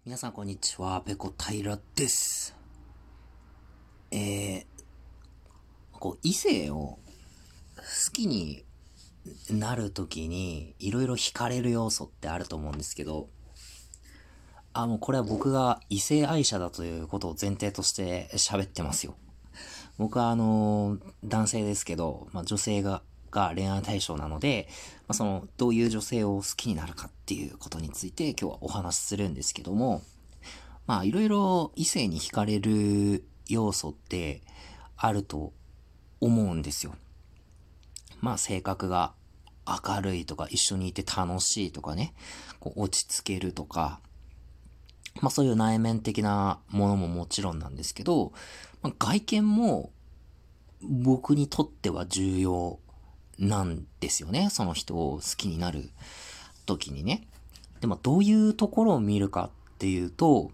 皆さんこんにちは、ペコ平です。異性を好きになるときにいろいろ惹かれる要素ってあると思うんですけど、もうこれは僕が異性愛者だということを前提として喋ってますよ。僕は男性ですけど、女性が恋愛対象なので、どういう女性を好きになるかっていうことについて今日はお話しするんですけども、いろいろ異性に惹かれる要素ってあると思うんですよ。性格が明るいとか、一緒にいて楽しいとかね、落ち着けるとか、そういう内面的なものももちろんなんですけど、外見も僕にとっては重要なんですよね。その人を好きになる時にね。で、どういうところを見るかっていうと、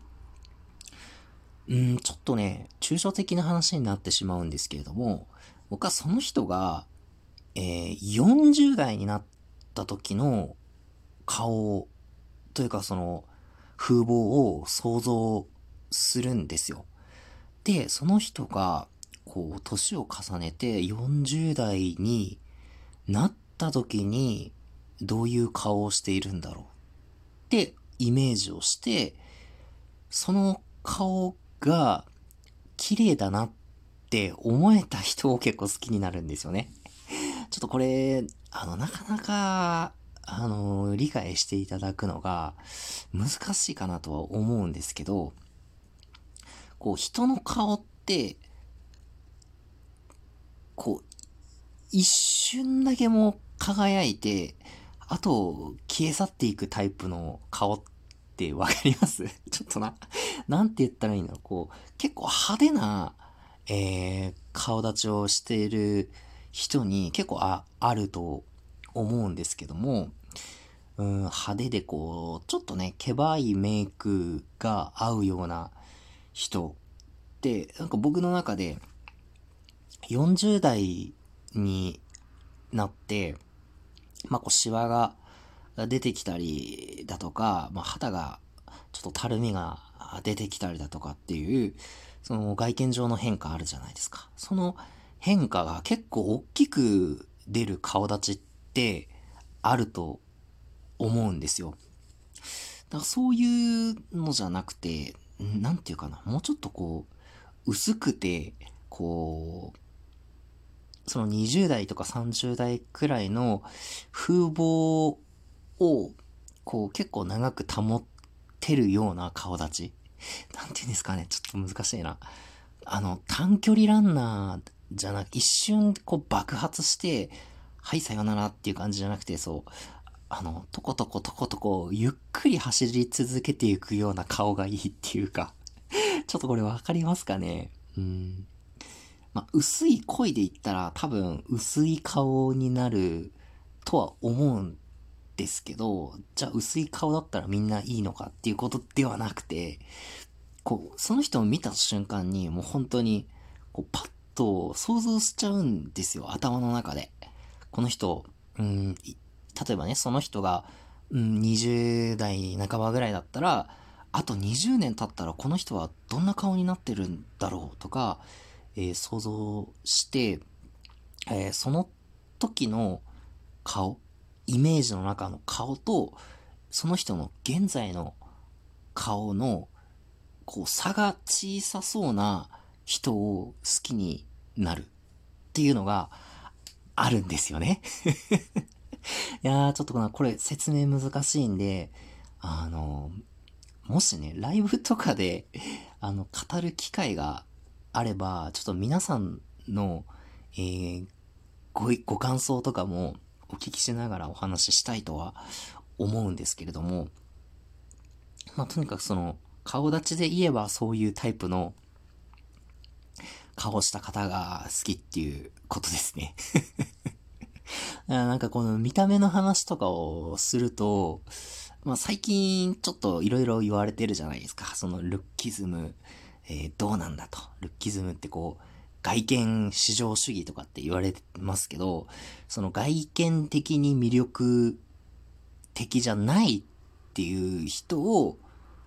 ちょっとね、抽象的な話になってしまうんですけれども、僕はその人が、40代になった時の顔というか風貌を想像するんですよ。で、その人が、年を重ねて40代になった時に、どういう顔をしているんだろうってイメージをして、その顔が綺麗だなって思えた人を結構好きになるんですよね。ちょっとこれ、なかなか、理解していただくのが難しいかなとは思うんですけど、人の顔って、こう、一瞬だけも輝いて、あと、消え去っていくタイプの顔ってわかりますちょっとなんて言ったらいいんだろう。結構派手な、顔立ちをしている人に結構あると思うんですけども、派手でちょっとね、けばいメイクが合うような人って、なんか僕の中で40代になって、シワが出てきたりだとか、肌がちょっとたるみが出てきたりだとかっていう、その外見上の変化あるじゃないですか。その変化が結構大きく出る顔立ちってあると思うんですよ。だからそういうのじゃなくて、なんていうかな、もうちょっと薄くて、その20代とか30代くらいの風貌を、結構長く保ってるような顔立ち。なんていうんですかね、ちょっと難しいな。短距離ランナーじゃなく、一瞬爆発して、はい、さよならっていう感じじゃなくて、とことことことこ、ゆっくり走り続けていくような顔がいいっていうか、ちょっとこれわかりますかね。薄い恋で言ったら多分薄い顔になるとは思うんですけど、じゃあ薄い顔だったらみんないいのかっていうことではなくて、その人を見た瞬間にもう本当に、パッと想像しちゃうんですよ、頭の中で。この人、例えばね、その人が、20代半ばぐらいだったら、あと20年経ったらこの人はどんな顔になってるんだろうとか、想像して、その時の顔、イメージの中の顔と、その人の現在の顔の、差が小さそうな人を好きになるっていうのがあるんですよね。いやー、ちょっとこれ説明難しいんで、あの、もしね、ライブとかで、語る機会があれば、ちょっと皆さんの、ご感想とかもお聞きしながらお話ししたいとは思うんですけれども、とにかく顔立ちで言えばそういうタイプの顔した方が好きっていうことですね。なんかこの見た目の話とかをすると、最近ちょっといろいろ言われてるじゃないですか。そのルッキズム、どうなんだと。ルッキズムって外見至上主義とかって言われてますけど、その外見的に魅力的じゃないっていう人を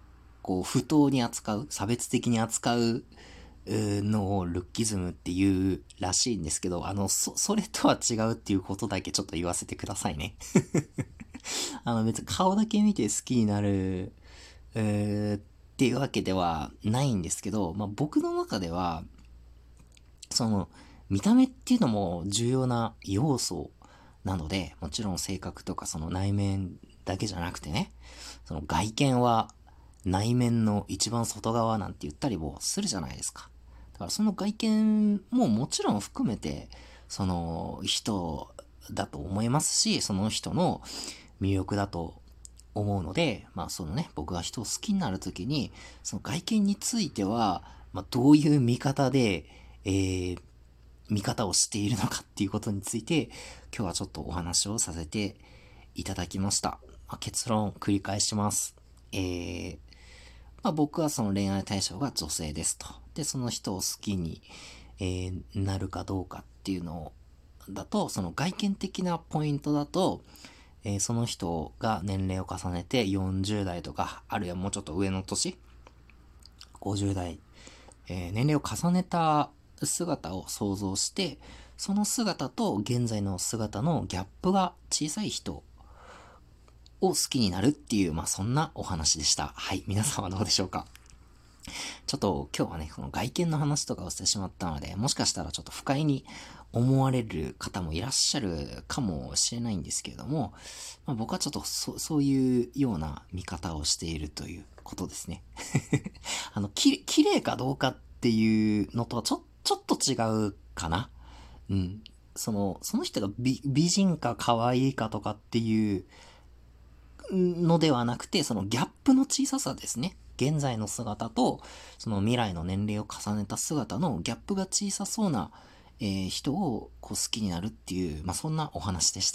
こう、不当に扱う、差別的に扱うのをルッキズムっていうらしいんですけど、それとは違うっていうことだけちょっと言わせてくださいね。別に顔だけ見て好きになる、っていうわけではないんですけど、まあ僕の中では、その、見た目っていうのも重要な要素なので、もちろん性格とかその内面だけじゃなくてね、その外見は内面の一番外側なんて言ったりもするじゃないですか。だからその外見ももちろん含めて、その人だと思いますし、その人の魅力だと思うので、まあそのね、僕が人を好きになるときに、その外見については、まあどういう見方で、見方をしているのかっていうことについて、今日はちょっとお話をさせていただきました。まあ、結論繰り返します。まあ、僕はその恋愛対象が女性ですと。で、その人を好きに、なるかどうかっていうのだと、その外見的なポイントだと、その人が年齢を重ねて40代とか、あるいはもうちょっと上の年、50代、年齢を重ねた姿を想像して、その姿と現在の姿のギャップが小さい人を好きになるっていう、まあそんなお話でした。はい、皆さんはどうでしょうか？ちょっと今日はね、この外見の話とかをしてしまったので、もしかしたらちょっと不快に思われる方もいらっしゃるかもしれないんですけれども、まあ、僕はちょっとそういうような見方をしているということですね。綺麗かどうかっていうのとはちょっと違うかな。うん。その人が美人か可愛いかとかっていうのではなくて、そのギャップの小ささですね。現在の姿と、その未来の年齢を重ねた姿のギャップが小さそうな、人をこう好きになるっていう、まあ、そんなお話でした。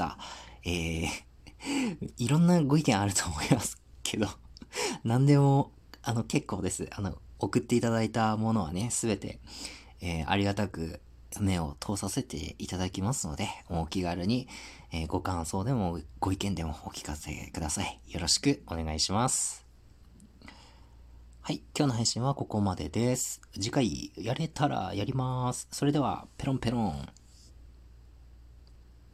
いろんなご意見あると思いますけど、何でも、結構です。送っていただいたものはね、すべて、ありがたく目を通させていただきますので、お気軽に、ご感想でもご意見でもお聞かせください。よろしくお願いします。はい、今日の配信はここまでです。次回やれたらやります。それでは、ペロンペロン。